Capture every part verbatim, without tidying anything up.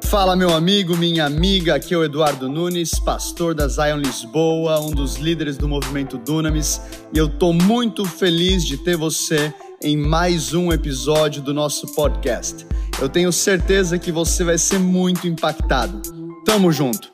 Fala meu amigo, minha amiga, aqui é o Eduardo Nunes, pastor da Zion Lisboa, um dos líderes do movimento Dunamis, e eu tô muito feliz de ter você em mais um episódio do nosso podcast. Eu tenho certeza que você vai ser muito impactado. Tamo junto!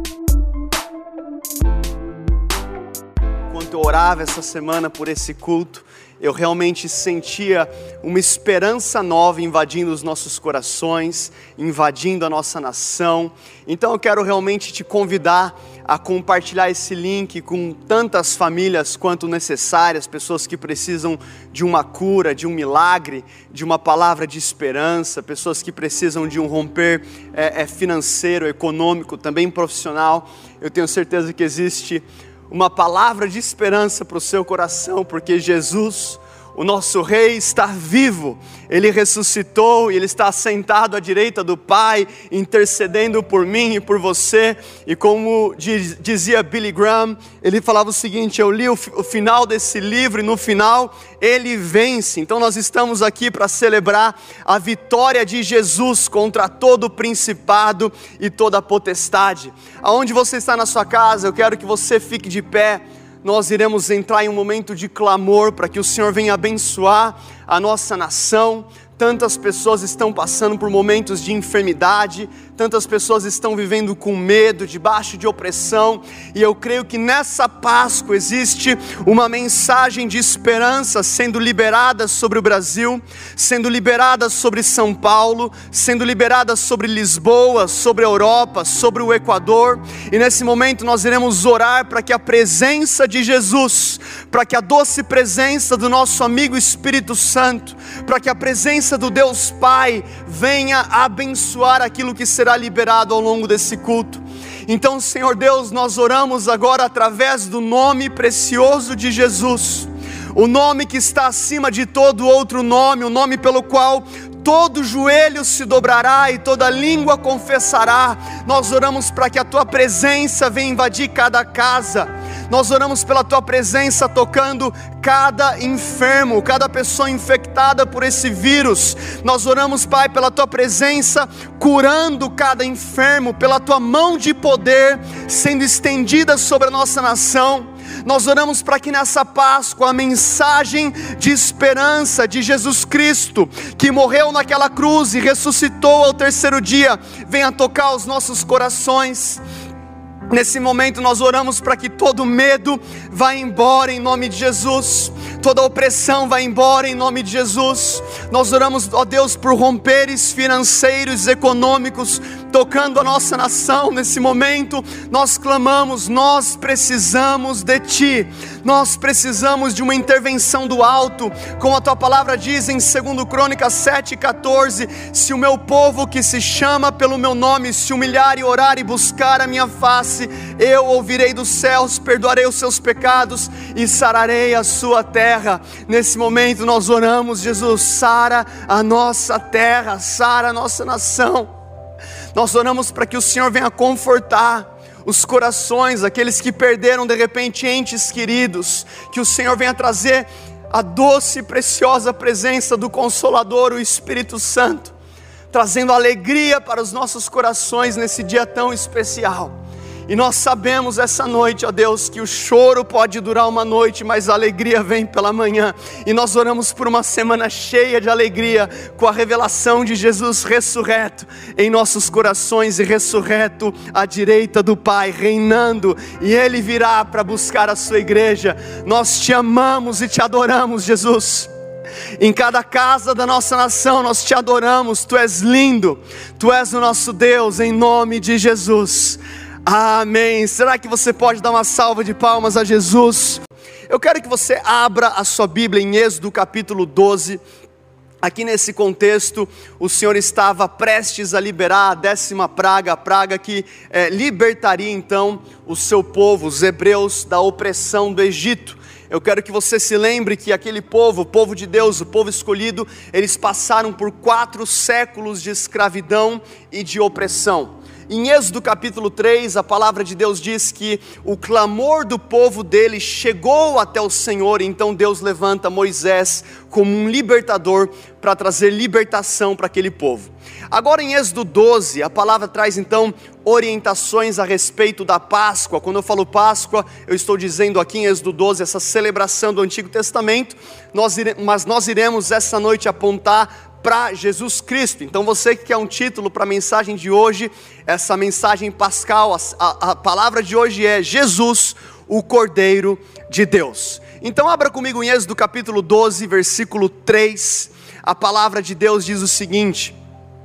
Enquanto eu orava essa semana por esse culto, eu realmente sentia uma esperança nova invadindo os nossos corações, invadindo a nossa nação. Então eu quero realmente te convidar a compartilhar esse link com tantas famílias quanto necessárias, pessoas que precisam de uma cura, de um milagre, de uma palavra de esperança, pessoas que precisam de um romper é, é, financeiro, econômico, também profissional. Eu tenho certeza que existe uma palavra de esperança para o seu coração, porque Jesus, o nosso Rei, está vivo. Ele ressuscitou e Ele está sentado à direita do Pai, intercedendo por mim e por você. E como diz, dizia Billy Graham, ele falava o seguinte: eu li o, o final desse livro e no final Ele vence. Então nós estamos aqui para celebrar a vitória de Jesus contra todo o principado e toda a potestade. Aonde você está na sua casa, eu quero que você fique de pé. Nós iremos entrar em um momento de clamor para que o Senhor venha abençoar a nossa nação. Tantas pessoas estão passando por momentos de enfermidade, tantas pessoas estão vivendo com medo, debaixo de opressão, e eu creio que nessa Páscoa existe uma mensagem de esperança sendo liberada sobre o Brasil, sendo liberada sobre São Paulo, sendo liberada sobre Lisboa, sobre a Europa, sobre o Equador. E nesse momento nós iremos orar para que a presença de Jesus, para que a doce presença do nosso amigo Espírito Santo, para que a presença do Deus Pai venha abençoar aquilo que será liberado ao longo desse culto. Então, Senhor Deus, nós oramos agora através do nome precioso de Jesus, o nome que está acima de todo outro nome, o nome pelo qual todo joelho se dobrará e toda língua confessará. Nós oramos para que a Tua presença venha invadir cada casa. Nós oramos pela Tua presença tocando cada enfermo, cada pessoa infectada por esse vírus. Nós oramos, Pai, pela Tua presença curando cada enfermo, pela Tua mão de poder sendo estendida sobre a nossa nação. Nós oramos para que nessa Páscoa a mensagem de esperança de Jesus Cristo, que morreu naquela cruz e ressuscitou ao terceiro dia, venha tocar os nossos corações. Nesse momento nós oramos para que todo medo vá embora em nome de Jesus, toda opressão vá embora em nome de Jesus. Nós oramos, ó Deus, por romperes financeiros, econômicos, tocando a nossa nação. Nesse momento nós clamamos, nós precisamos de Ti, nós precisamos de uma intervenção do alto, como a Tua palavra diz em Segunda Crônicas sete, quatorze, se o meu povo que se chama pelo meu nome se humilhar e orar e buscar a minha face, eu ouvirei dos céus, perdoarei os seus pecados e sararei a sua terra. Nesse momento nós oramos, Jesus, sara a nossa terra, sara a nossa nação. Nós oramos para que o Senhor venha confortar os corações, aqueles que perderam de repente entes queridos, que o Senhor venha trazer a doce e preciosa presença do Consolador, o Espírito Santo, trazendo alegria para os nossos corações nesse dia tão especial. E nós sabemos essa noite, ó Deus, que o choro pode durar uma noite, mas a alegria vem pela manhã. E nós oramos por uma semana cheia de alegria, com a revelação de Jesus ressurreto em nossos corações e ressurreto à direita do Pai, reinando. E Ele virá para buscar a sua igreja. Nós Te amamos e Te adoramos, Jesus. Em cada casa da nossa nação nós Te adoramos. Tu és lindo, Tu és o nosso Deus, em nome de Jesus. Amém. Será que você pode dar uma salva de palmas a Jesus? Eu quero que você abra a sua Bíblia em Êxodo capítulo doze. Aqui nesse contexto, o Senhor estava prestes a liberar a décima praga, a praga que é, libertaria então o seu povo, os hebreus, da opressão do Egito. Eu quero que você se lembre que aquele povo, o povo de Deus, o povo escolhido, eles passaram por quatro séculos de escravidão e de opressão. Em Êxodo capítulo três, a palavra de Deus diz que o clamor do povo dele chegou até o Senhor, e então Deus levanta Moisés como um libertador para trazer libertação para aquele povo. Agora em Êxodo doze, a palavra traz então orientações a respeito da Páscoa. Quando eu falo Páscoa, eu estou dizendo aqui em Êxodo doze, essa celebração do Antigo Testamento, nós ire... mas nós iremos essa noite apontar para Jesus Cristo. Então você que quer um título para a mensagem de hoje, essa mensagem pascal, a, a, a palavra de hoje é Jesus, o Cordeiro de Deus. Então abra comigo em Êxodo capítulo doze, versículo três, a palavra de Deus diz o seguinte: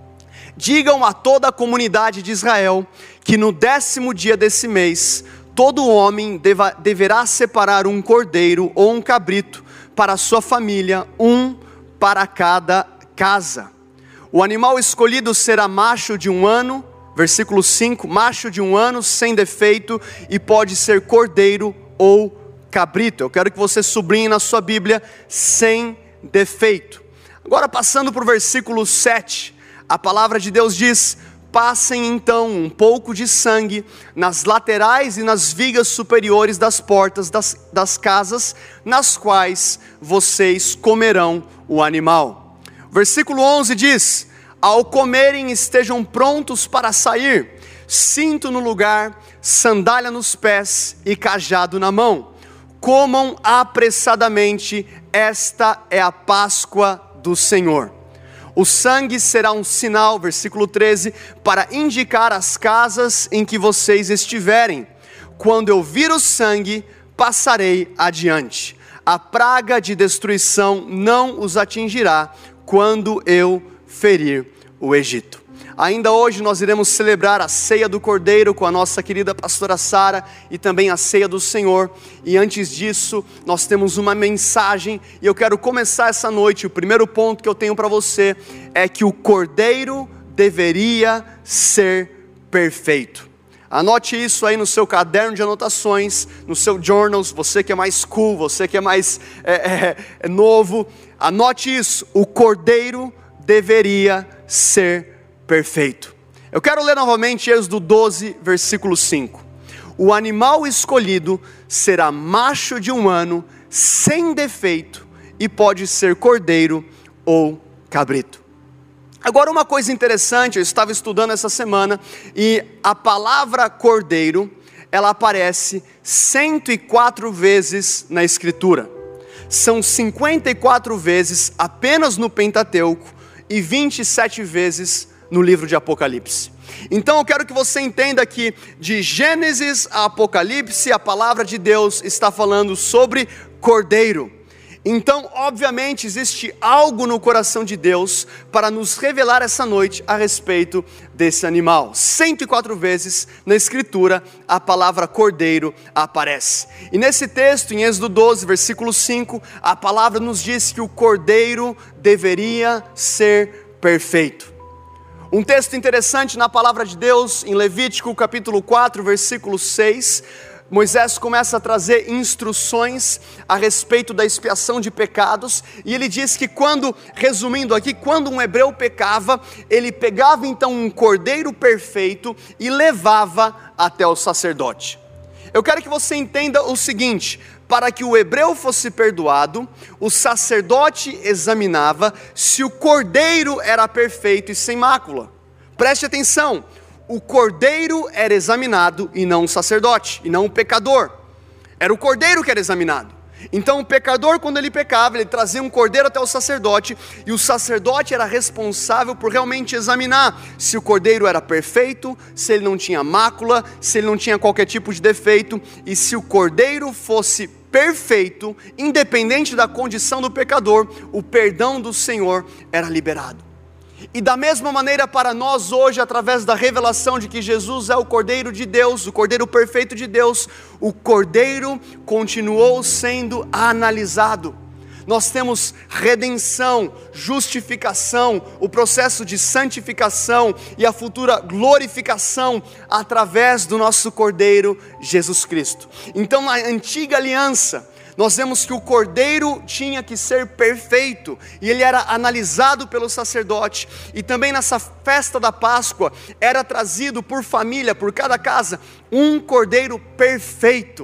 digam a toda a comunidade de Israel, que no décimo dia desse mês, todo homem deva, deverá separar um cordeiro ou um cabrito para a sua família, um para cada casa. O animal escolhido será macho de um ano, versículo cinco, macho de um ano, sem defeito, e pode ser cordeiro ou cabrito. Eu quero que você sublinhe na sua Bíblia, sem defeito. Agora passando para o versículo sete, a palavra de Deus diz: passem então um pouco de sangue nas laterais e nas vigas superiores das portas das, das casas, nas quais vocês comerão o animal. Versículo onze diz: ao comerem estejam prontos para sair, cinto no lugar, sandália nos pés e cajado na mão. Comam apressadamente, esta é a Páscoa do Senhor. O sangue será um sinal, versículo treze, para indicar as casas em que vocês estiverem. Quando eu vir o sangue, passarei adiante. A praga de destruição não os atingirá quando eu ferir o Egito. Ainda hoje nós iremos celebrar a ceia do Cordeiro com a nossa querida pastora Sara e também a ceia do Senhor. E antes disso, nós temos uma mensagem e eu quero começar essa noite. O primeiro ponto que eu tenho para você é que o Cordeiro deveria ser perfeito. Anote isso aí no seu caderno de anotações, no seu journals, você que é mais cool, você que é mais é, é, é novo, anote isso: o Cordeiro deveria ser perfeito. Eu quero ler novamente Êxodo doze, versículo cinco. O animal escolhido será macho de um ano, sem defeito, e pode ser cordeiro ou cabrito. Agora uma coisa interessante, eu estava estudando essa semana, e a palavra cordeiro, ela aparece cento e quatro vezes na Escritura. São cinquenta e quatro vezes apenas no Pentateuco, e vinte e sete vezes no livro de Apocalipse. Então eu quero que você entenda que de Gênesis a Apocalipse, a palavra de Deus está falando sobre cordeiro. Então obviamente existe algo no coração de Deus para nos revelar essa noite a respeito desse animal. cento e quatro vezes na Escritura a palavra cordeiro aparece. E nesse texto em Êxodo doze, versículo cinco, a palavra nos diz que o cordeiro deveria ser perfeito. Um texto interessante na palavra de Deus, em Levítico capítulo quatro, versículo seis, Moisés começa a trazer instruções a respeito da expiação de pecados, e ele diz que quando, resumindo aqui, quando um hebreu pecava, ele pegava então um cordeiro perfeito e levava até o sacerdote. Eu quero que você entenda o seguinte: para que o hebreu fosse perdoado, o sacerdote examinava se o cordeiro era perfeito e sem mácula. Preste atenção, o cordeiro era examinado e não o sacerdote, e não o pecador. Era o cordeiro que era examinado. Então o pecador, quando ele pecava, ele trazia um cordeiro até o sacerdote, e o sacerdote era responsável por realmente examinar se o cordeiro era perfeito, se ele não tinha mácula, se ele não tinha qualquer tipo de defeito. E se o cordeiro fosse perfeito, independente da condição do pecador, o perdão do Senhor era liberado. E da mesma maneira para nós hoje, através da revelação de que Jesus é o Cordeiro de Deus, o Cordeiro perfeito de Deus, o Cordeiro continuou sendo analisado. Nós temos redenção, justificação, o processo de santificação e a futura glorificação através do nosso Cordeiro Jesus Cristo. Então na antiga aliança, nós vemos que o cordeiro tinha que ser perfeito, e ele era analisado pelo sacerdote. E também nessa festa da Páscoa, era trazido por família, por cada casa, um cordeiro perfeito.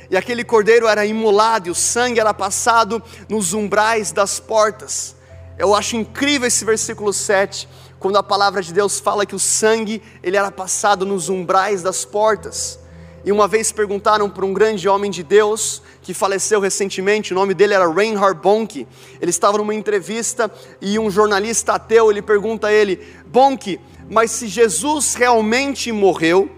e aquele cordeiro era imolado, e o sangue era passado nos umbrais das portas. Eu acho incrível esse versículo sete, quando a palavra de Deus fala que o sangue, ele era passado nos umbrais das portas. E uma vez perguntaram para um grande homem de Deus, que faleceu recentemente, o nome dele era Reinhard Bonnke. Ele estava numa entrevista, e um jornalista ateu, ele pergunta a ele: Bonnke, mas se Jesus realmente morreu,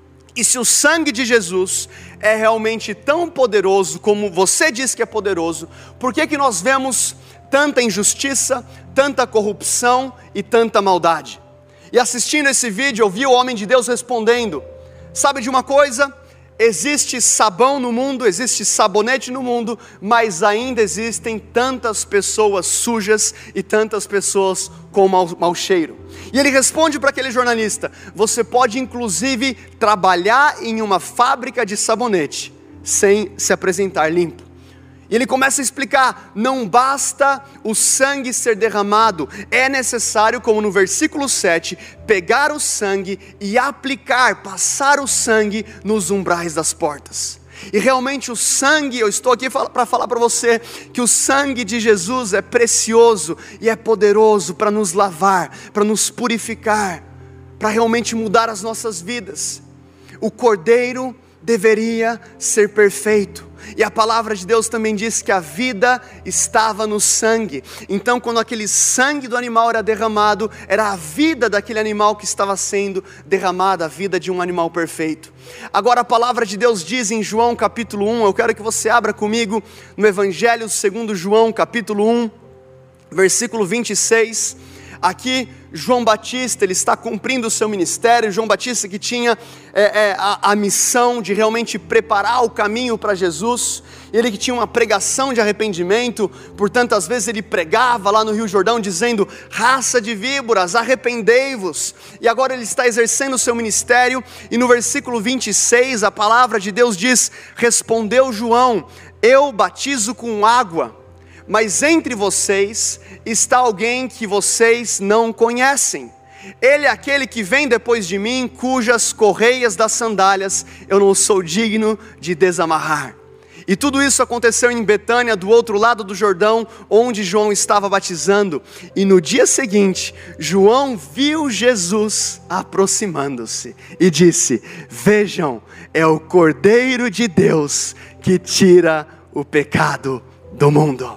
e se o sangue de Jesus é realmente tão poderoso como você diz que é poderoso, por que que nós vemos tanta injustiça, tanta corrupção e tanta maldade? E assistindo esse vídeo, eu vi o homem de Deus respondendo: sabe de uma coisa? Existe sabão no mundo, existe sabonete no mundo, mas ainda existem tantas pessoas sujas e tantas pessoas com mau, mau cheiro. E ele responde para aquele jornalista: você pode inclusive trabalhar em uma fábrica de sabonete sem se apresentar limpo. E ele começa a explicar: não basta o sangue ser derramado, é necessário, como no versículo sete, pegar o sangue e aplicar, passar o sangue nos umbrais das portas. E realmente o sangue, eu estou aqui para falar para você, que o sangue de Jesus é precioso e é poderoso para nos lavar, para nos purificar, para realmente mudar as nossas vidas. O cordeiro deveria ser perfeito. E a palavra de Deus também diz que a vida estava no sangue. Então, quando aquele sangue do animal era derramado, era a vida daquele animal que estava sendo derramada, a vida de um animal perfeito. Agora a palavra de Deus diz em João capítulo um, eu quero que você abra comigo no Evangelho segundo João capítulo um, versículo vinte e seis. Aqui João Batista, ele está cumprindo o seu ministério. João Batista que tinha é, é, a, a missão de realmente preparar o caminho para Jesus. Ele que tinha uma pregação de arrependimento, por tantas vezes ele pregava lá no Rio Jordão dizendo: raça de víboras, arrependei-vos. E agora ele está exercendo o seu ministério, e no versículo vinte e seis a palavra de Deus diz: respondeu João, eu batizo com água, mas entre vocês está alguém que vocês não conhecem. Ele é aquele que vem depois de mim, cujas correias das sandálias eu não sou digno de desamarrar. E tudo isso aconteceu em Betânia, do outro lado do Jordão, onde João estava batizando. E no dia seguinte, João viu Jesus aproximando-se e disse: vejam, é o Cordeiro de Deus que tira o pecado do mundo.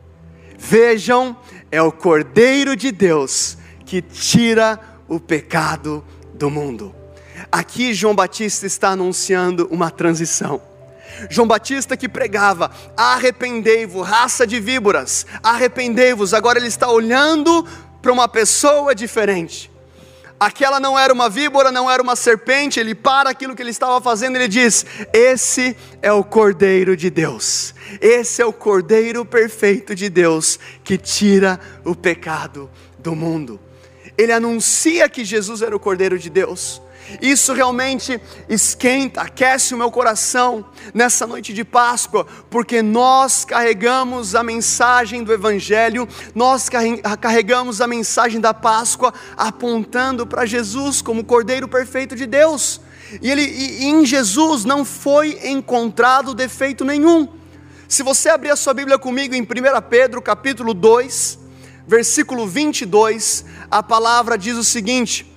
Vejam, é o Cordeiro de Deus que tira o pecado do mundo. Aqui João Batista está anunciando uma transição. João Batista que pregava: arrependei-vos, raça de víboras, arrependei-vos. Agora ele está olhando para uma pessoa diferente. Aquela não era uma víbora, não era uma serpente. Ele para aquilo que ele estava fazendo e ele diz: esse é o Cordeiro de Deus, esse é o Cordeiro perfeito de Deus que tira o pecado do mundo. Ele anuncia que Jesus era o Cordeiro de Deus. Isso realmente esquenta, aquece o meu coração nessa noite de Páscoa, porque nós carregamos a mensagem do Evangelho, nós carregamos a mensagem da Páscoa apontando para Jesus como o Cordeiro perfeito de Deus. E, ele, e em Jesus não foi encontrado defeito nenhum. Se você abrir a sua Bíblia comigo em primeira Pedro capítulo dois, versículo vinte e dois, a palavra diz o seguinte: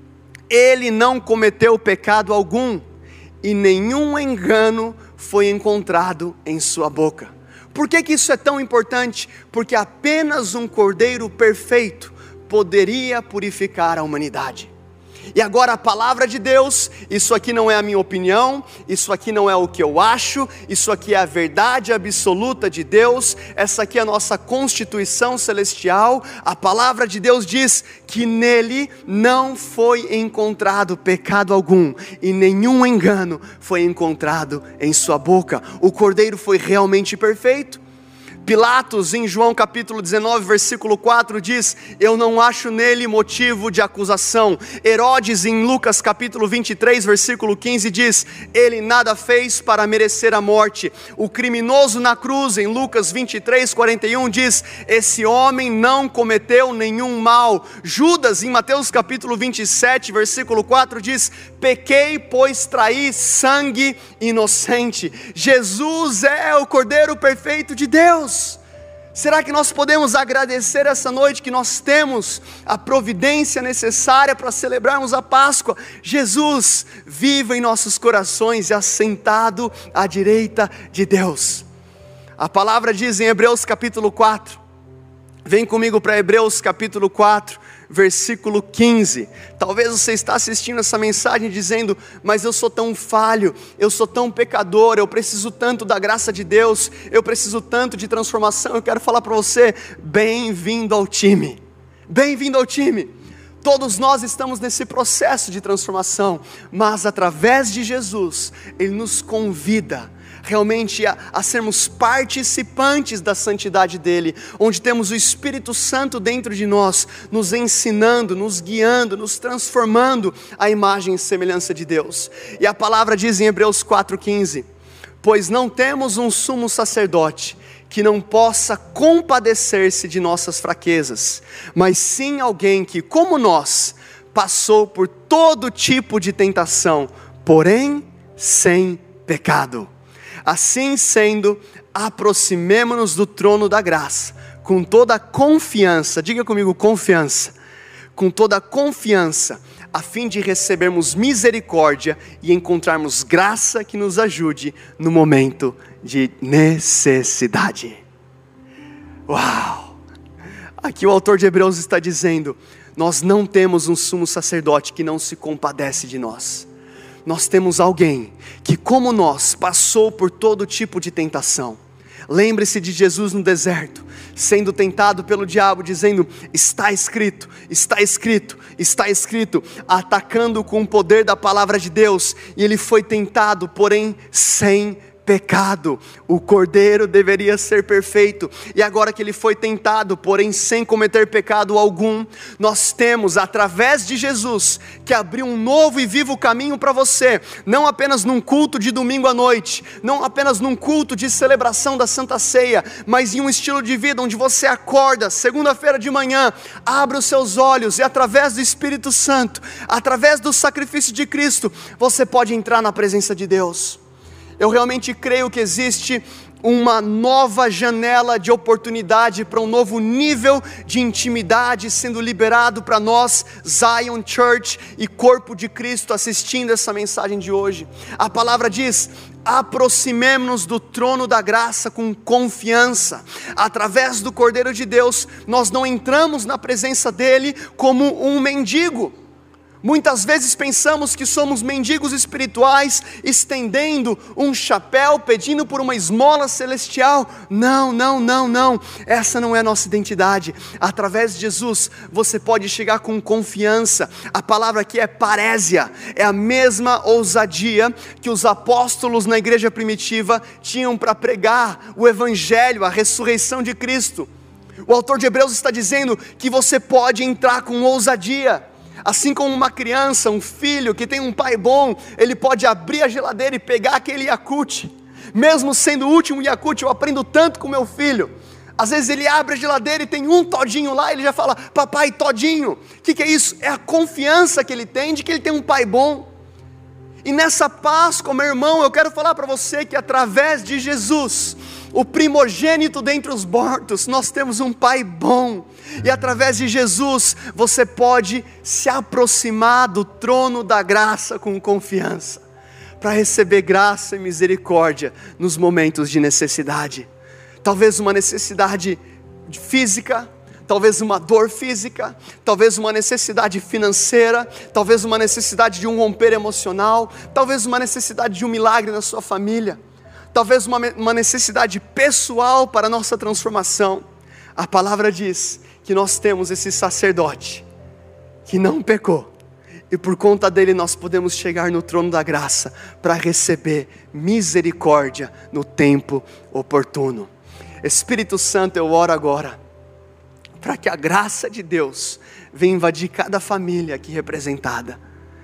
ele não cometeu pecado algum, e nenhum engano foi encontrado em sua boca. Por que que isso é tão importante? Porque apenas um Cordeiro perfeito poderia purificar a humanidade. E agora a palavra de Deus, isso aqui não é a minha opinião, isso aqui não é o que eu acho, isso aqui é a verdade absoluta de Deus, essa aqui é a nossa constituição celestial. A palavra de Deus diz que nele não foi encontrado pecado algum, e nenhum engano foi encontrado em sua boca. O Cordeiro foi realmente perfeito. Pilatos, em João capítulo dezenove, versículo quatro, diz: eu não acho nele motivo de acusação. Herodes, em Lucas capítulo vinte e três, versículo quinze, diz: ele nada fez para merecer a morte. O criminoso na cruz, em Lucas vinte e três, quarenta e um, diz: esse homem não cometeu nenhum mal. Judas, em Mateus capítulo vinte e sete, versículo quatro, diz: pequei, pois traí sangue inocente. Jesus é o Cordeiro perfeito de Deus. Será que nós podemos agradecer essa noite que nós temos a providência necessária para celebrarmos a Páscoa? Jesus vive em nossos corações e assentado à direita de Deus. A palavra diz em Hebreus capítulo quatro, vem comigo para Hebreus capítulo quatro, versículo quinze. Talvez você está assistindo essa mensagem dizendo: mas eu sou tão falho, eu sou tão pecador, eu preciso tanto da graça de Deus, eu preciso tanto de transformação. Eu quero falar para você: bem-vindo ao time, bem-vindo ao time. Todos nós estamos nesse processo de transformação, mas através de Jesus, Ele nos convida realmente a, a sermos participantes da santidade dEle, onde temos o Espírito Santo dentro de nós, nos ensinando, nos guiando, nos transformando à imagem e semelhança de Deus. E a palavra diz em Hebreus quatro, quinze, pois não temos um sumo sacerdote que não possa compadecer-se de nossas fraquezas, mas sim alguém que, como nós, passou por todo tipo de tentação, porém sem pecado. Assim sendo, aproximemo-nos do trono da graça, com toda a confiança, diga comigo, confiança, com toda a confiança, a fim de recebermos misericórdia e encontrarmos graça que nos ajude no momento de necessidade. Uau! Aqui o autor de Hebreus está dizendo: nós não temos um sumo sacerdote que não se compadece de nós. Nós temos alguém que, como nós, passou por todo tipo de tentação. Lembre-se de Jesus no deserto, sendo tentado pelo diabo, dizendo: está escrito, está escrito, está escrito, atacando com o poder da palavra de Deus. E ele foi tentado, porém sem pecado. O Cordeiro deveria ser perfeito, e agora que ele foi tentado, porém sem cometer pecado algum, nós temos, através de Jesus, que abriu um novo e vivo caminho para você, não apenas num culto de domingo à noite, não apenas num culto de celebração da Santa Ceia, mas em um estilo de vida onde você acorda, segunda-feira de manhã, abre os seus olhos, e através do Espírito Santo, através do sacrifício de Cristo, você pode entrar na presença de Deus. Eu realmente creio que existe uma nova janela de oportunidade para um novo nível de intimidade sendo liberado para nós, Zion Church e Corpo de Cristo, assistindo essa mensagem de hoje. A palavra diz: aproximemo-nos do trono da graça com confiança. Através do Cordeiro de Deus, nós não entramos na presença dele como um mendigo. Muitas vezes pensamos que somos mendigos espirituais, estendendo um chapéu, pedindo por uma esmola celestial. Não, não, não, não, essa não é a nossa identidade. Através de Jesus, você pode chegar com confiança. A palavra aqui é parésia, é a mesma ousadia que os apóstolos na igreja primitiva tinham para pregar o evangelho, a ressurreição de Cristo. O autor de Hebreus está dizendo que você pode entrar com ousadia. Assim como uma criança, um filho que tem um pai bom, ele pode abrir a geladeira e pegar aquele Yakult. Mesmo sendo o último Yakult, eu aprendo tanto com meu filho. Às vezes ele abre a geladeira e tem um todinho lá, ele já fala: papai, todinho. O que, que é isso? É a confiança que ele tem de que ele tem um pai bom. E nessa Páscoa, meu irmão, eu quero falar para você que através de Jesus, o primogênito dentre os mortos, nós temos um pai bom. E através de Jesus, você pode se aproximar do trono da graça com confiança, para receber graça e misericórdia nos momentos de necessidade. Talvez uma necessidade física, talvez uma dor física, talvez uma necessidade financeira, talvez uma necessidade de um romper emocional, talvez uma necessidade de um milagre na sua família, talvez uma, uma necessidade pessoal para a nossa transformação. A palavra diz que nós temos esse sacerdote que não pecou, e por conta dele nós podemos chegar no trono da graça para receber misericórdia no tempo oportuno. Espírito Santo, eu oro agora para que a graça de Deus venha invadir cada família aqui representada.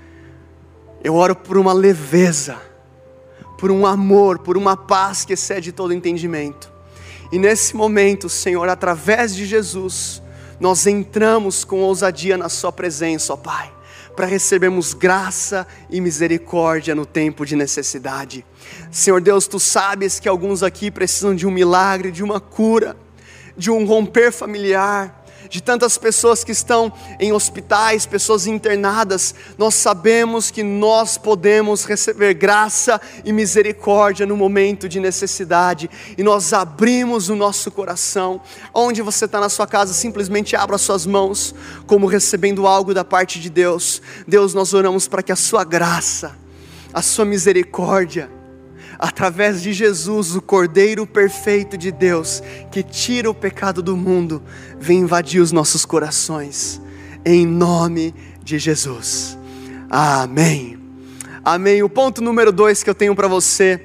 Eu oro por uma leveza, por um amor, por uma paz que excede todo entendimento. E nesse momento, Senhor, através de Jesus, nós entramos com ousadia na sua presença, ó Pai, para recebermos graça e misericórdia no tempo de necessidade. Senhor Deus, Tu sabes que alguns aqui precisam de um milagre, de uma cura, de um romper familiar, de tantas pessoas que estão em hospitais, pessoas internadas. Nós sabemos que nós podemos receber graça e misericórdia no momento de necessidade, e nós abrimos o nosso coração. Onde você está na sua casa, simplesmente abra as suas mãos, como recebendo algo da parte de Deus. Deus, nós oramos para que a sua graça, a sua misericórdia, através de Jesus, o Cordeiro perfeito de Deus, que tira o pecado do mundo, vem invadir os nossos corações, em nome de Jesus, amém, amém. O ponto número dois que eu tenho para você,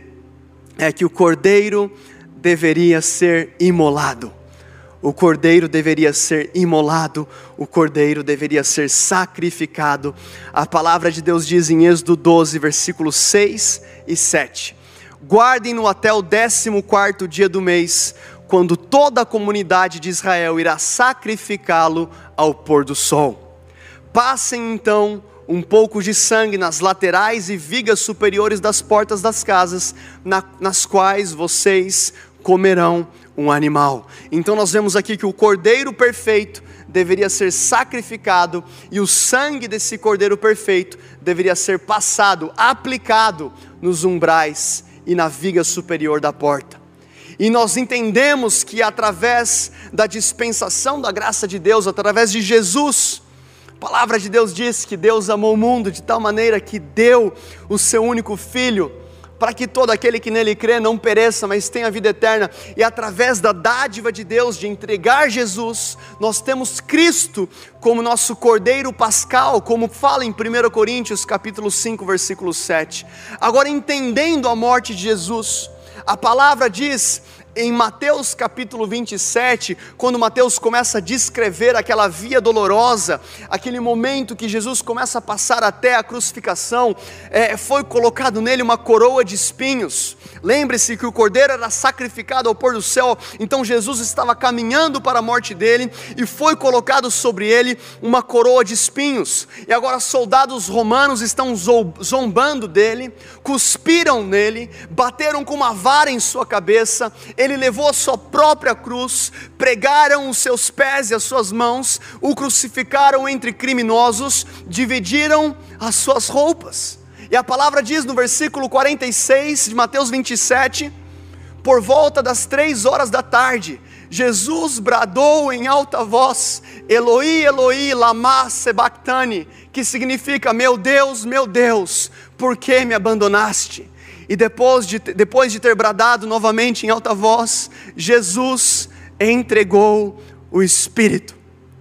é que o Cordeiro deveria ser imolado, o Cordeiro deveria ser imolado, o Cordeiro deveria ser sacrificado. A palavra de Deus diz em Êxodo doze, versículos seis e sete, guardem-no até o décimo quarto dia do mês, quando toda a comunidade de Israel irá sacrificá-lo ao pôr do sol. Passem então um pouco de sangue nas laterais e vigas superiores das portas das casas, na, nas quais vocês comerão um animal. Então nós vemos aqui que o Cordeiro perfeito deveria ser sacrificado, e o sangue desse Cordeiro perfeito deveria ser passado, aplicado nos umbrais e na viga superior da porta. E nós entendemos que através da dispensação da graça de Deus, através de Jesus, a palavra de Deus diz que Deus amou o mundo de tal maneira que deu o seu único Filho, para que todo aquele que nele crê não pereça, mas tenha vida eterna. E através da dádiva de Deus de entregar Jesus, nós temos Cristo como nosso Cordeiro Pascal, como fala em primeira Coríntios capítulo cinco, versículo sete. Agora, entendendo a morte de Jesus, a palavra diz em Mateus capítulo vinte e sete, quando Mateus começa a descrever aquela via dolorosa, aquele momento que Jesus começa a passar até a crucificação, é, foi colocado nele uma coroa de espinhos. Lembre-se que o Cordeiro era sacrificado ao pôr do sol, então Jesus estava caminhando para a morte dele, e foi colocado sobre ele uma coroa de espinhos. E agora soldados romanos estão zombando dele, cuspiram nele, bateram com uma vara em sua cabeça. Ele levou a sua própria cruz, pregaram os seus pés e as suas mãos, o crucificaram entre criminosos, dividiram as suas roupas. E a palavra diz no versículo quarenta e seis de Mateus vinte e sete, por volta das três horas da tarde, Jesus bradou em alta voz, Eloi, Eloi, lama sabachthani, que significa, meu Deus, meu Deus, por que me abandonaste? E depois de, depois de ter bradado novamente em alta voz, Jesus entregou o Espírito.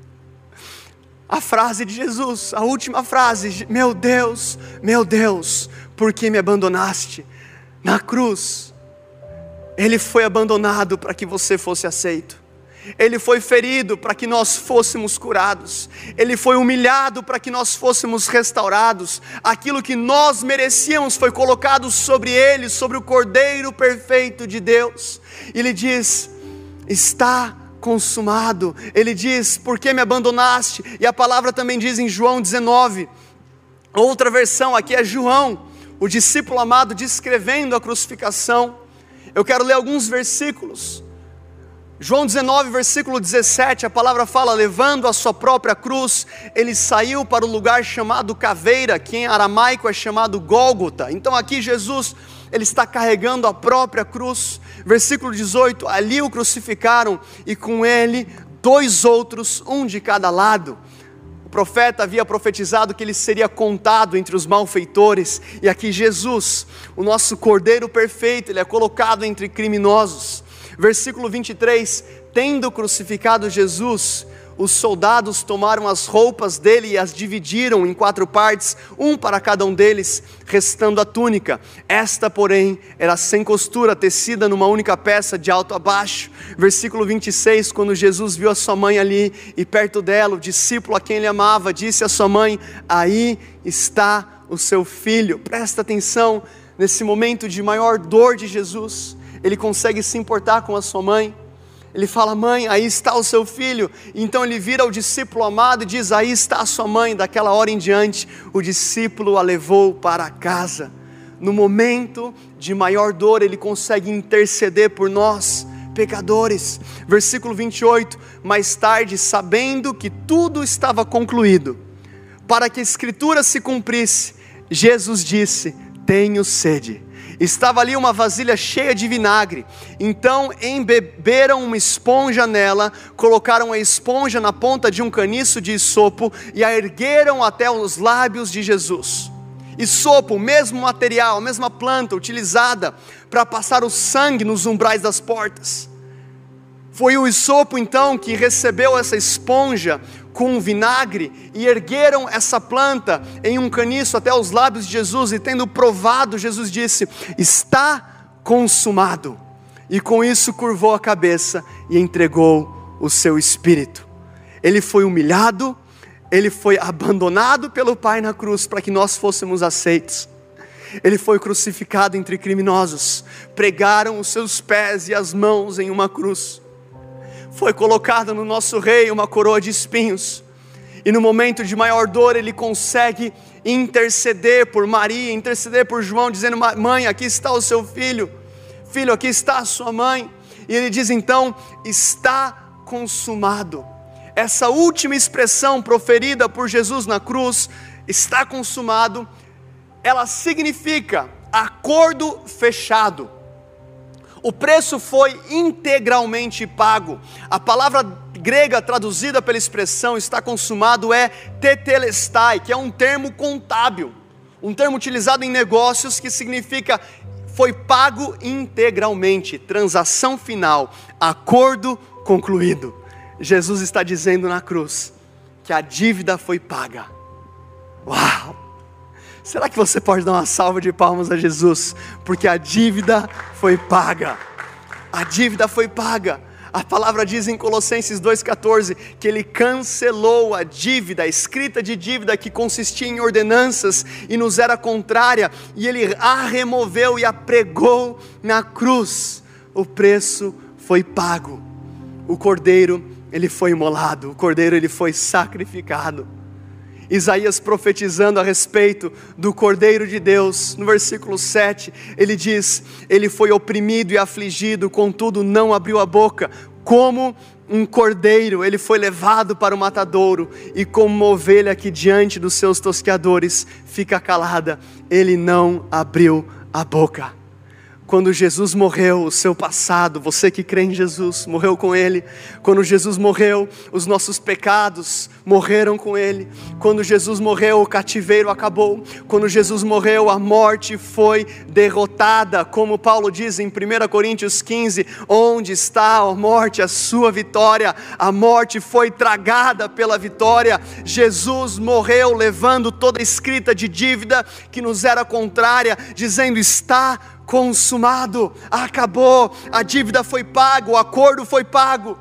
A frase de Jesus, a última frase, meu Deus, meu Deus, por que me abandonaste? Na cruz, Ele foi abandonado para que você fosse aceito. Ele foi ferido para que nós fôssemos curados. Ele foi humilhado para que nós fôssemos restaurados. Aquilo que nós merecíamos foi colocado sobre Ele, sobre o Cordeiro perfeito de Deus. Ele diz, está consumado. Ele diz, por que me abandonaste? E a palavra também diz em João dezenove, outra versão, aqui é João, o discípulo amado, descrevendo a crucificação. Eu quero ler alguns versículos. João dezenove, versículo dezessete, a palavra fala, levando a sua própria cruz, ele saiu para o lugar chamado Caveira, que em aramaico é chamado Gólgota. Então aqui Jesus, ele está carregando a própria cruz. Versículo dezoito, ali o crucificaram, e com ele dois outros, um de cada lado. O profeta havia profetizado que ele seria contado entre os malfeitores, e aqui Jesus, o nosso Cordeiro perfeito, ele é colocado entre criminosos. Versículo vinte e três, tendo crucificado Jesus, os soldados tomaram as roupas dele e as dividiram em quatro partes, um para cada um deles, restando a túnica. Esta, porém, era sem costura, tecida numa única peça de alto a baixo. Versículo vinte e seis, quando Jesus viu a sua mãe ali, e perto dela, o discípulo a quem ele amava, disse à sua mãe, aí está o seu filho. Presta atenção nesse momento de maior dor de Jesus. Ele consegue se importar com a sua mãe. Ele fala: mãe, aí está o seu filho. Então ele vira ao discípulo amado e diz: aí está a sua mãe. Daquela hora em diante, o discípulo a levou para casa. No momento de maior dor, ele consegue interceder por nós, pecadores. Versículo vinte e oito, mais tarde, sabendo que tudo estava concluído, para que a escritura se cumprisse, Jesus disse: tenho sede. Estava ali uma vasilha cheia de vinagre, então embeberam uma esponja nela, colocaram a esponja na ponta de um caniço de isopo e a ergueram até os lábios de Jesus. Isopo, o mesmo material, a mesma planta utilizada para passar o sangue nos umbrais das portas. Foi o isopo então que recebeu essa esponja com vinagre e ergueram essa planta em um caniço até os lábios de Jesus, e tendo provado, Jesus disse: está consumado. E com isso curvou a cabeça e entregou o seu espírito. Ele foi humilhado, ele foi abandonado pelo Pai na cruz para que nós fôssemos aceitos. Ele foi crucificado entre criminosos, pregaram os seus pés e as mãos em uma cruz. Foi colocado no nosso rei uma coroa de espinhos, e no momento de maior dor ele consegue interceder por Maria, interceder por João, dizendo: mãe, aqui está o seu filho, filho, aqui está a sua mãe. E ele diz então: está consumado. Essa última expressão proferida por Jesus na cruz, está consumado, ela significa acordo fechado. O preço foi integralmente pago. A palavra grega traduzida pela expressão está consumado é tetelestai, que é um termo contábil, um termo utilizado em negócios que significa foi pago integralmente, transação final, acordo concluído. Jesus está dizendo na cruz que a dívida foi paga. Uau! Será que você pode dar uma salva de palmas a Jesus? Porque a dívida foi paga. A dívida foi paga. A palavra diz em Colossenses dois, quatorze, que Ele cancelou a dívida, a escrita de dívida que consistia em ordenanças e nos era contrária, e Ele a removeu e a pregou na cruz. O preço foi pago. O cordeiro, ele foi imolado. O cordeiro, ele foi sacrificado. Isaías profetizando a respeito do Cordeiro de Deus, no versículo sete, ele diz: ele foi oprimido e afligido, contudo não abriu a boca. Como um cordeiro, ele foi levado para o matadouro, e como uma ovelha que diante dos seus tosqueadores fica calada, ele não abriu a boca. Quando Jesus morreu, o seu passado, você que crê em Jesus, morreu com Ele. Quando Jesus morreu, os nossos pecados morreram com Ele. Quando Jesus morreu, o cativeiro acabou. Quando Jesus morreu, a morte foi derrotada. Como Paulo diz em primeira Coríntios quinze, onde está, ó morte, a sua vitória? A morte foi tragada pela vitória. Jesus morreu levando toda a escrita de dívida que nos era contrária, dizendo: está consumado, acabou, a dívida foi paga, o acordo foi pago.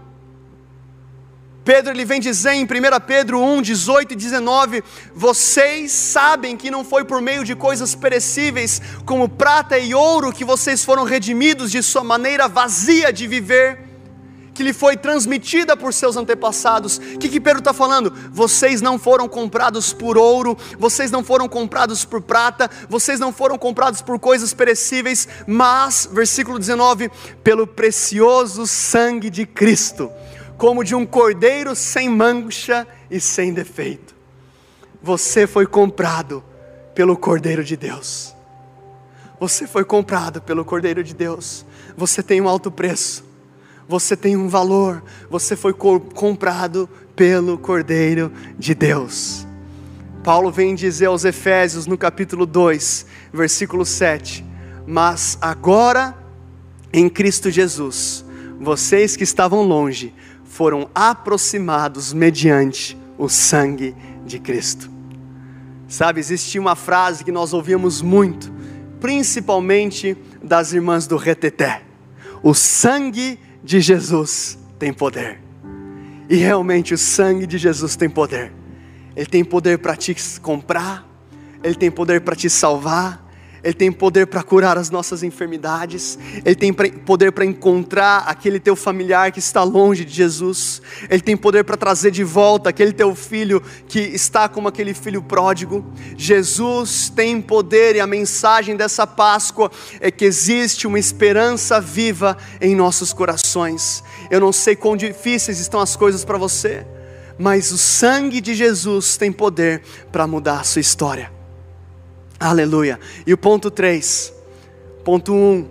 Pedro ele vem dizer em primeira Pedro um, dezoito e dezenove, vocês sabem que não foi por meio de coisas perecíveis, como prata e ouro, que vocês foram redimidos de sua maneira vazia de viver, que lhe foi transmitida por seus antepassados. O que, que Pedro está falando? Vocês não foram comprados por ouro, vocês não foram comprados por prata, vocês não foram comprados por coisas perecíveis, mas, versículo dezenove, pelo precioso sangue de Cristo, como de um cordeiro sem mancha e sem defeito. Você foi comprado pelo Cordeiro de Deus. Você foi comprado pelo Cordeiro de Deus. Você tem um alto preço. Você tem um valor, você foi comprado pelo Cordeiro de Deus. Paulo vem dizer aos Efésios no capítulo dois, versículo sete, mas agora em Cristo Jesus, vocês que estavam longe, foram aproximados mediante o sangue de Cristo. Sabe, existia uma frase que nós ouvíamos muito, principalmente das irmãs do Reteté: o sangue de Jesus tem poder. E realmente o sangue de Jesus tem poder. Ele tem poder para te comprar, Ele tem poder para te salvar, Ele tem poder para curar as nossas enfermidades. Ele tem poder para encontrar aquele teu familiar que está longe de Jesus. Ele tem poder para trazer de volta aquele teu filho que está como aquele filho pródigo. Jesus tem poder, e a mensagem dessa Páscoa é que existe uma esperança viva em nossos corações. Eu não sei quão difíceis estão as coisas para você, mas o sangue de Jesus tem poder para mudar a sua história. Aleluia. E o ponto três, ponto um,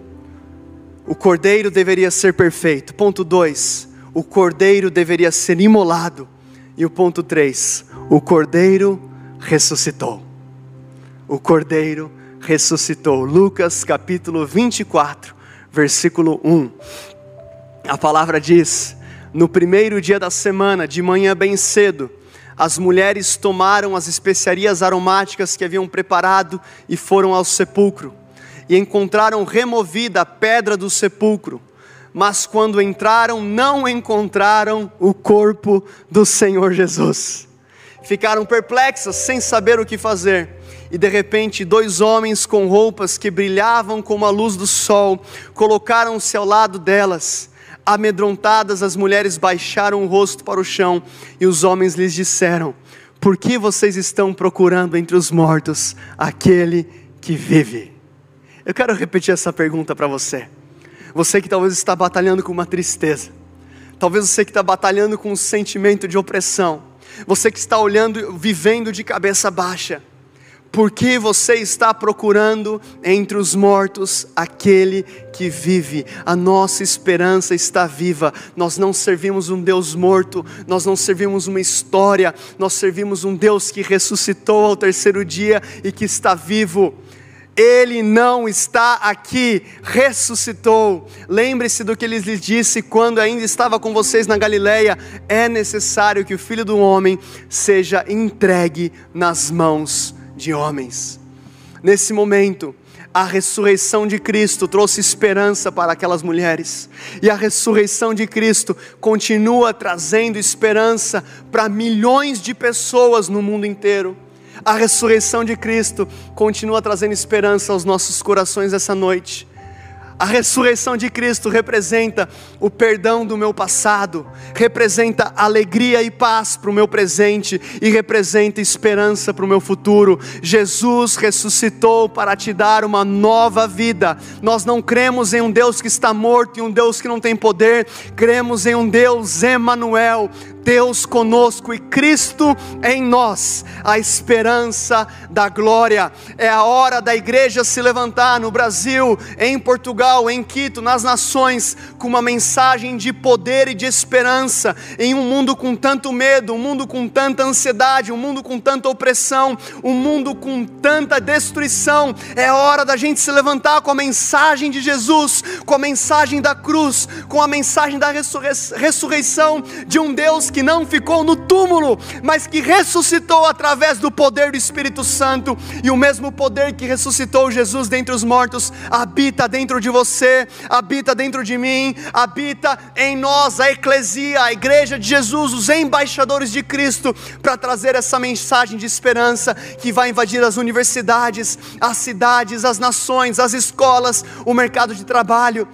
o cordeiro deveria ser perfeito. Ponto dois, o cordeiro deveria ser imolado. E o ponto três, o cordeiro ressuscitou. O cordeiro ressuscitou. Lucas capítulo vinte e quatro, versículo um. A palavra diz: no primeiro dia da semana, de manhã bem cedo, as mulheres tomaram as especiarias aromáticas que haviam preparado e foram ao sepulcro. E encontraram removida a pedra do sepulcro. Mas quando entraram, não encontraram o corpo do Senhor Jesus. Ficaram perplexas, sem saber o que fazer. E de repente, dois homens com roupas que brilhavam como a luz do sol, colocaram-se ao lado delas. Amedrontadas, as mulheres baixaram o rosto para o chão, e os homens lhes disseram: por que vocês estão procurando entre os mortos aquele que vive? Eu quero repetir essa pergunta para você. Você que talvez está batalhando com uma tristeza, talvez você que está batalhando com um sentimento de opressão, você que está olhando, vivendo de cabeça baixa, por que você está procurando entre os mortos aquele que vive? A nossa esperança está viva. Nós não servimos um Deus morto, nós não servimos uma história, nós servimos um Deus que ressuscitou ao terceiro dia e que está vivo. Ele não está aqui, ressuscitou. Lembre-se do que ele lhes disse quando ainda estava com vocês na Galileia: é necessário que o Filho do Homem seja entregue nas mãos de homens. Nesse momento, a ressurreição de Cristo trouxe esperança para aquelas mulheres, e a ressurreição de Cristo continua trazendo esperança para milhões de pessoas no mundo inteiro. A ressurreição de Cristo continua trazendo esperança aos nossos corações essa noite. A ressurreição de Cristo representa o perdão do meu passado, representa alegria e paz para o meu presente, e representa esperança para o meu futuro. Jesus ressuscitou para te dar uma nova vida. Nós não cremos em um Deus que está morto e um Deus que não tem poder, cremos em um Deus Emanuel, Deus conosco, e Cristo em nós, a esperança da glória. É a hora da igreja se levantar no Brasil, em Portugal, em Quito, nas nações, com uma mensagem de poder e de esperança, em um mundo com tanto medo, um mundo com tanta ansiedade, um mundo com tanta opressão, um mundo com tanta destruição. É hora da gente se levantar com a mensagem de Jesus, com a mensagem da cruz, com a mensagem da ressurrei- ressurreição de um Deus que não ficou no túmulo, mas que ressuscitou através do poder do Espírito Santo. E o mesmo poder que ressuscitou Jesus dentre os mortos habita dentro de você, habita dentro de mim, habita em nós, a eclesia, a igreja de Jesus, os embaixadores de Cristo, para trazer essa mensagem de esperança que vai invadir as universidades, as cidades, as nações, as escolas, o mercado de trabalho.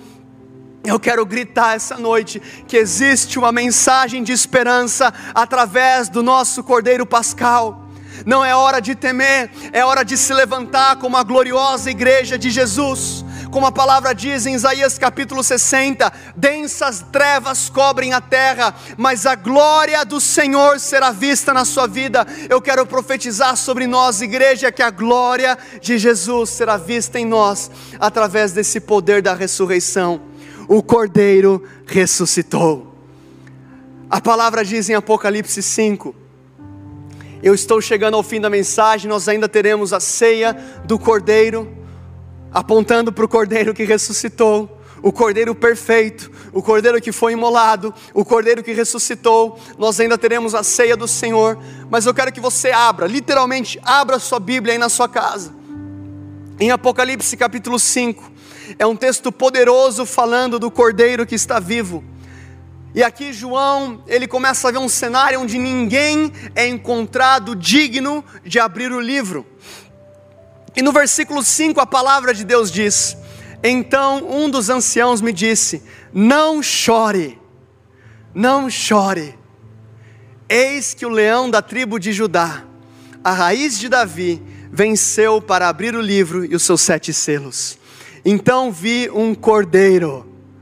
Eu quero gritar essa noite que existe uma mensagem de esperança através do nosso Cordeiro Pascal. Não é hora de temer, é hora de se levantar como a gloriosa igreja de Jesus. Como a palavra diz em Isaías capítulo sessenta: densas trevas cobrem a terra, mas a glória do Senhor será vista na sua vida. Eu quero profetizar sobre nós, igreja, que a glória de Jesus será vista em nós, através desse poder da ressurreição. O Cordeiro ressuscitou. A palavra diz em Apocalipse cinco: eu estou chegando ao fim da mensagem, nós ainda teremos a ceia do Cordeiro, apontando para o Cordeiro que ressuscitou, o Cordeiro perfeito, o Cordeiro que foi imolado, o Cordeiro que ressuscitou. Nós ainda teremos a ceia do Senhor, mas eu quero que você abra, literalmente abra a sua Bíblia aí na sua casa, em Apocalipse capítulo cinco, é um texto poderoso falando do Cordeiro que está vivo. E aqui João, ele começa a ver um cenário onde ninguém é encontrado digno de abrir o livro. E no versículo cinco a palavra de Deus diz: então um dos anciãos me disse: não chore, não chore, eis que o leão da tribo de Judá, a raiz de Davi, venceu para abrir o livro e os seus sete selos. Então vi um cordeiro,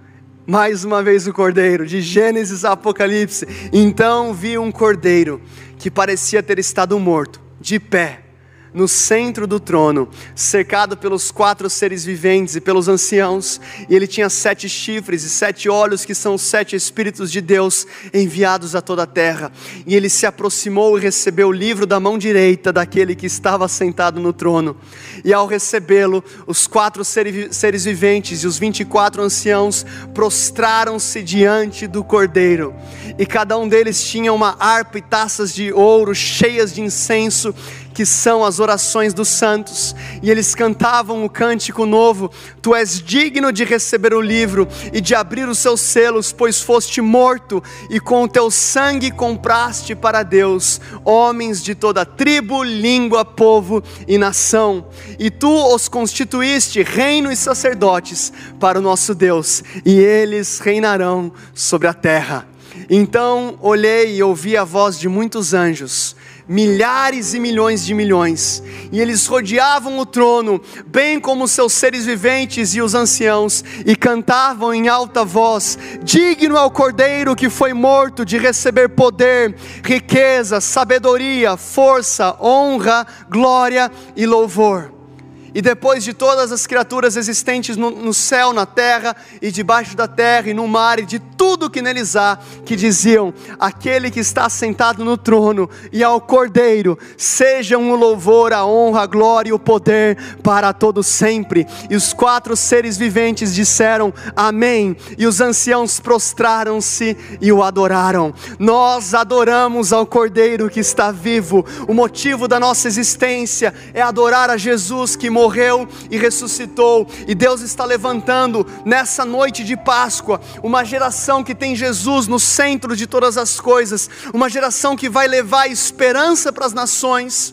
mais uma vez o cordeiro, de Gênesis a Apocalipse. Então vi um cordeiro que parecia ter estado morto, de pé, no centro do trono, cercado pelos quatro seres viventes e pelos anciãos, e ele tinha sete chifres e sete olhos, que são os sete Espíritos de Deus enviados a toda a terra. E ele se aproximou e recebeu o livro da mão direita daquele que estava sentado no trono, e ao recebê-lo, os quatro seres viventes e os vinte e quatro anciãos prostraram-se diante do cordeiro, e cada um deles tinha uma harpa e taças de ouro cheias de incenso, que são as orações dos santos, e eles cantavam o cântico novo: tu és digno de receber o livro e de abrir os seus selos, pois foste morto, e com o teu sangue compraste para Deus homens de toda tribo, língua, povo e nação, e tu os constituíste reino e sacerdotes para o nosso Deus, e eles reinarão sobre a terra. Então olhei e ouvi a voz de muitos anjos, milhares e milhões de milhões, e eles rodeavam o trono, bem como os seus seres viventes e os anciãos, e cantavam em alta voz: digno é o cordeiro que foi morto de receber poder, riqueza, sabedoria, força, honra, glória e louvor. E depois de todas as criaturas existentes no, no céu, na terra e debaixo da terra e no mar, e de tudo que neles há, que diziam: aquele que está sentado no trono e ao Cordeiro, sejam o louvor, a honra, a glória e o poder para todo sempre. E os quatro seres viventes disseram: amém. E os anciãos prostraram-se e o adoraram. Nós adoramos ao Cordeiro que está vivo. O motivo da nossa existência é adorar a Jesus, que morreu morreu e ressuscitou, e Deus está levantando nessa noite de Páscoa uma geração que tem Jesus no centro de todas as coisas, uma geração que vai levar esperança para as nações.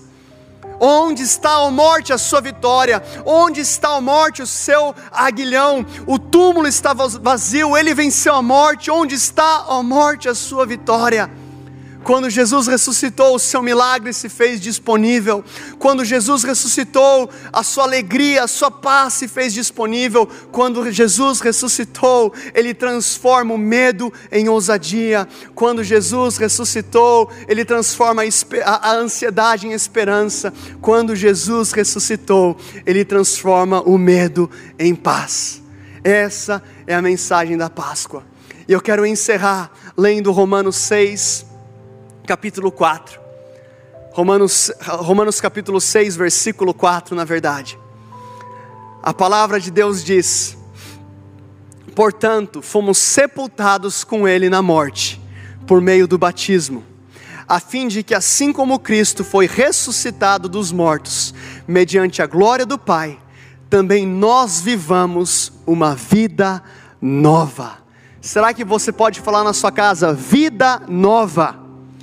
Onde está, ó morte, a sua vitória? Onde está, ó morte, o seu aguilhão? O túmulo estava vazio, ele venceu a morte. Onde está, ó morte, a sua vitória? Quando Jesus ressuscitou, o seu milagre se fez disponível. Quando Jesus ressuscitou, a sua alegria, a sua paz se fez disponível. Quando Jesus ressuscitou, Ele transforma o medo em ousadia. Quando Jesus ressuscitou, Ele transforma a ansiedade em esperança. Quando Jesus ressuscitou, Ele transforma o medo em paz. Essa é a mensagem da Páscoa. E eu quero encerrar lendo Romanos seis, capítulo quatro, Romanos, Romanos capítulo seis, versículo quatro, na verdade. A palavra de Deus diz: portanto, fomos sepultados com Ele na morte, por meio do batismo, a fim de que assim como Cristo foi ressuscitado dos mortos, mediante a glória do Pai, também nós vivamos uma vida nova. Será que você pode falar na sua casa: vida nova?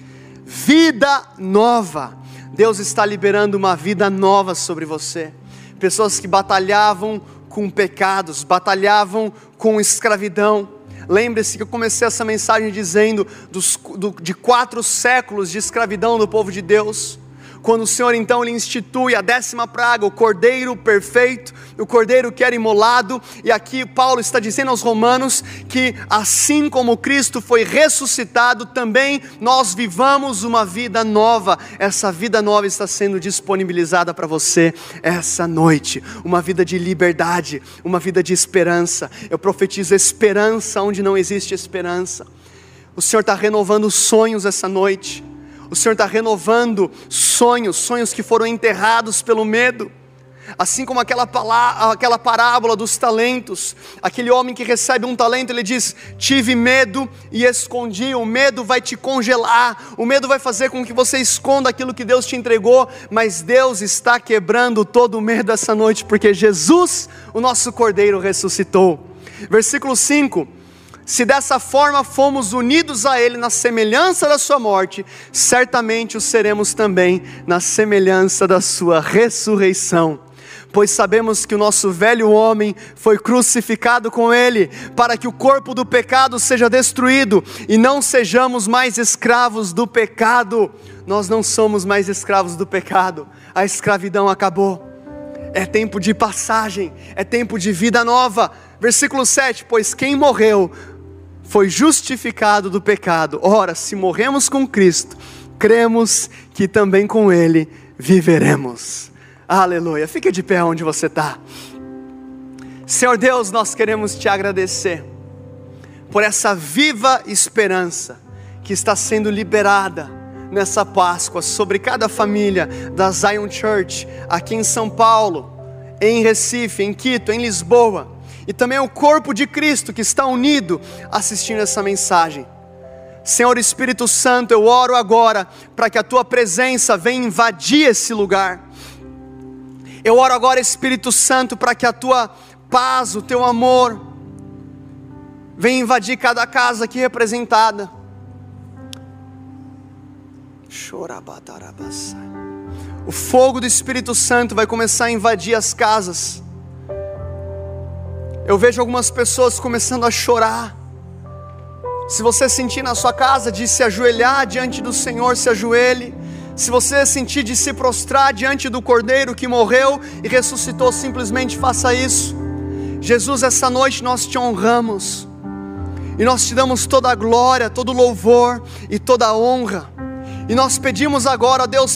Vida nova. Deus está liberando uma vida nova sobre você. Pessoas que batalhavam com pecados, batalhavam com escravidão. Lembre-se que eu comecei essa mensagem dizendo dos, do, de quatro séculos de escravidão do povo de Deus. Quando o Senhor então Ele institui a décima praga, o cordeiro perfeito, o cordeiro que era imolado. E aqui Paulo está dizendo aos romanos que assim como Cristo foi ressuscitado, também nós vivamos uma vida nova. Essa vida nova está sendo disponibilizada para você essa noite. Uma vida de liberdade, uma vida de esperança. Eu profetizo esperança onde não existe esperança. O Senhor está renovando sonhos essa noite. O Senhor está renovando sonhos, sonhos que foram enterrados pelo medo. Assim como aquela, palavra, aquela parábola dos talentos, aquele homem que recebe um talento, ele diz: tive medo e escondi. O medo vai te congelar, o medo vai fazer com que você esconda aquilo que Deus te entregou, mas Deus está quebrando todo o medo essa noite, porque Jesus, o nosso Cordeiro, ressuscitou. Versículo cinco: se dessa forma fomos unidos a Ele na semelhança da sua morte, certamente o seremos também na semelhança da sua ressurreição. pois sabemos que o nosso velho homem foi crucificado com ele, para que o corpo do pecado seja destruído e não sejamos mais escravos do pecado. Nós não somos mais escravos do pecado, a escravidão acabou, é tempo de passagem, é tempo de vida nova. Versículo sete, pois quem morreu foi justificado do pecado. Ora, se morremos com Cristo, cremos que também com Ele viveremos. Aleluia. Fique de pé onde você está. Senhor Deus, nós queremos te agradecer por essa viva esperança que está sendo liberada nessa Páscoa sobre cada família da Zion Church, aqui em São Paulo, em Recife, em Quito, em Lisboa, e também o corpo de Cristo que está unido assistindo essa mensagem. Senhor Espírito Santo, eu oro agora para que a Tua presença venha invadir esse lugar. Eu oro agora, Espírito Santo, para que a Tua paz, o Teu amor venha invadir cada casa aqui representada. O fogo do Espírito Santo vai começar a invadir as casas. Eu vejo algumas pessoas começando a chorar. Se você sentir na sua casa de se ajoelhar diante do Senhor, se ajoelhe. Se você sentir de se prostrar diante do Cordeiro que morreu e ressuscitou, simplesmente faça isso. Jesus, essa noite nós te honramos e nós te damos toda a glória, todo o louvor e toda a honra. E nós pedimos agora, Deus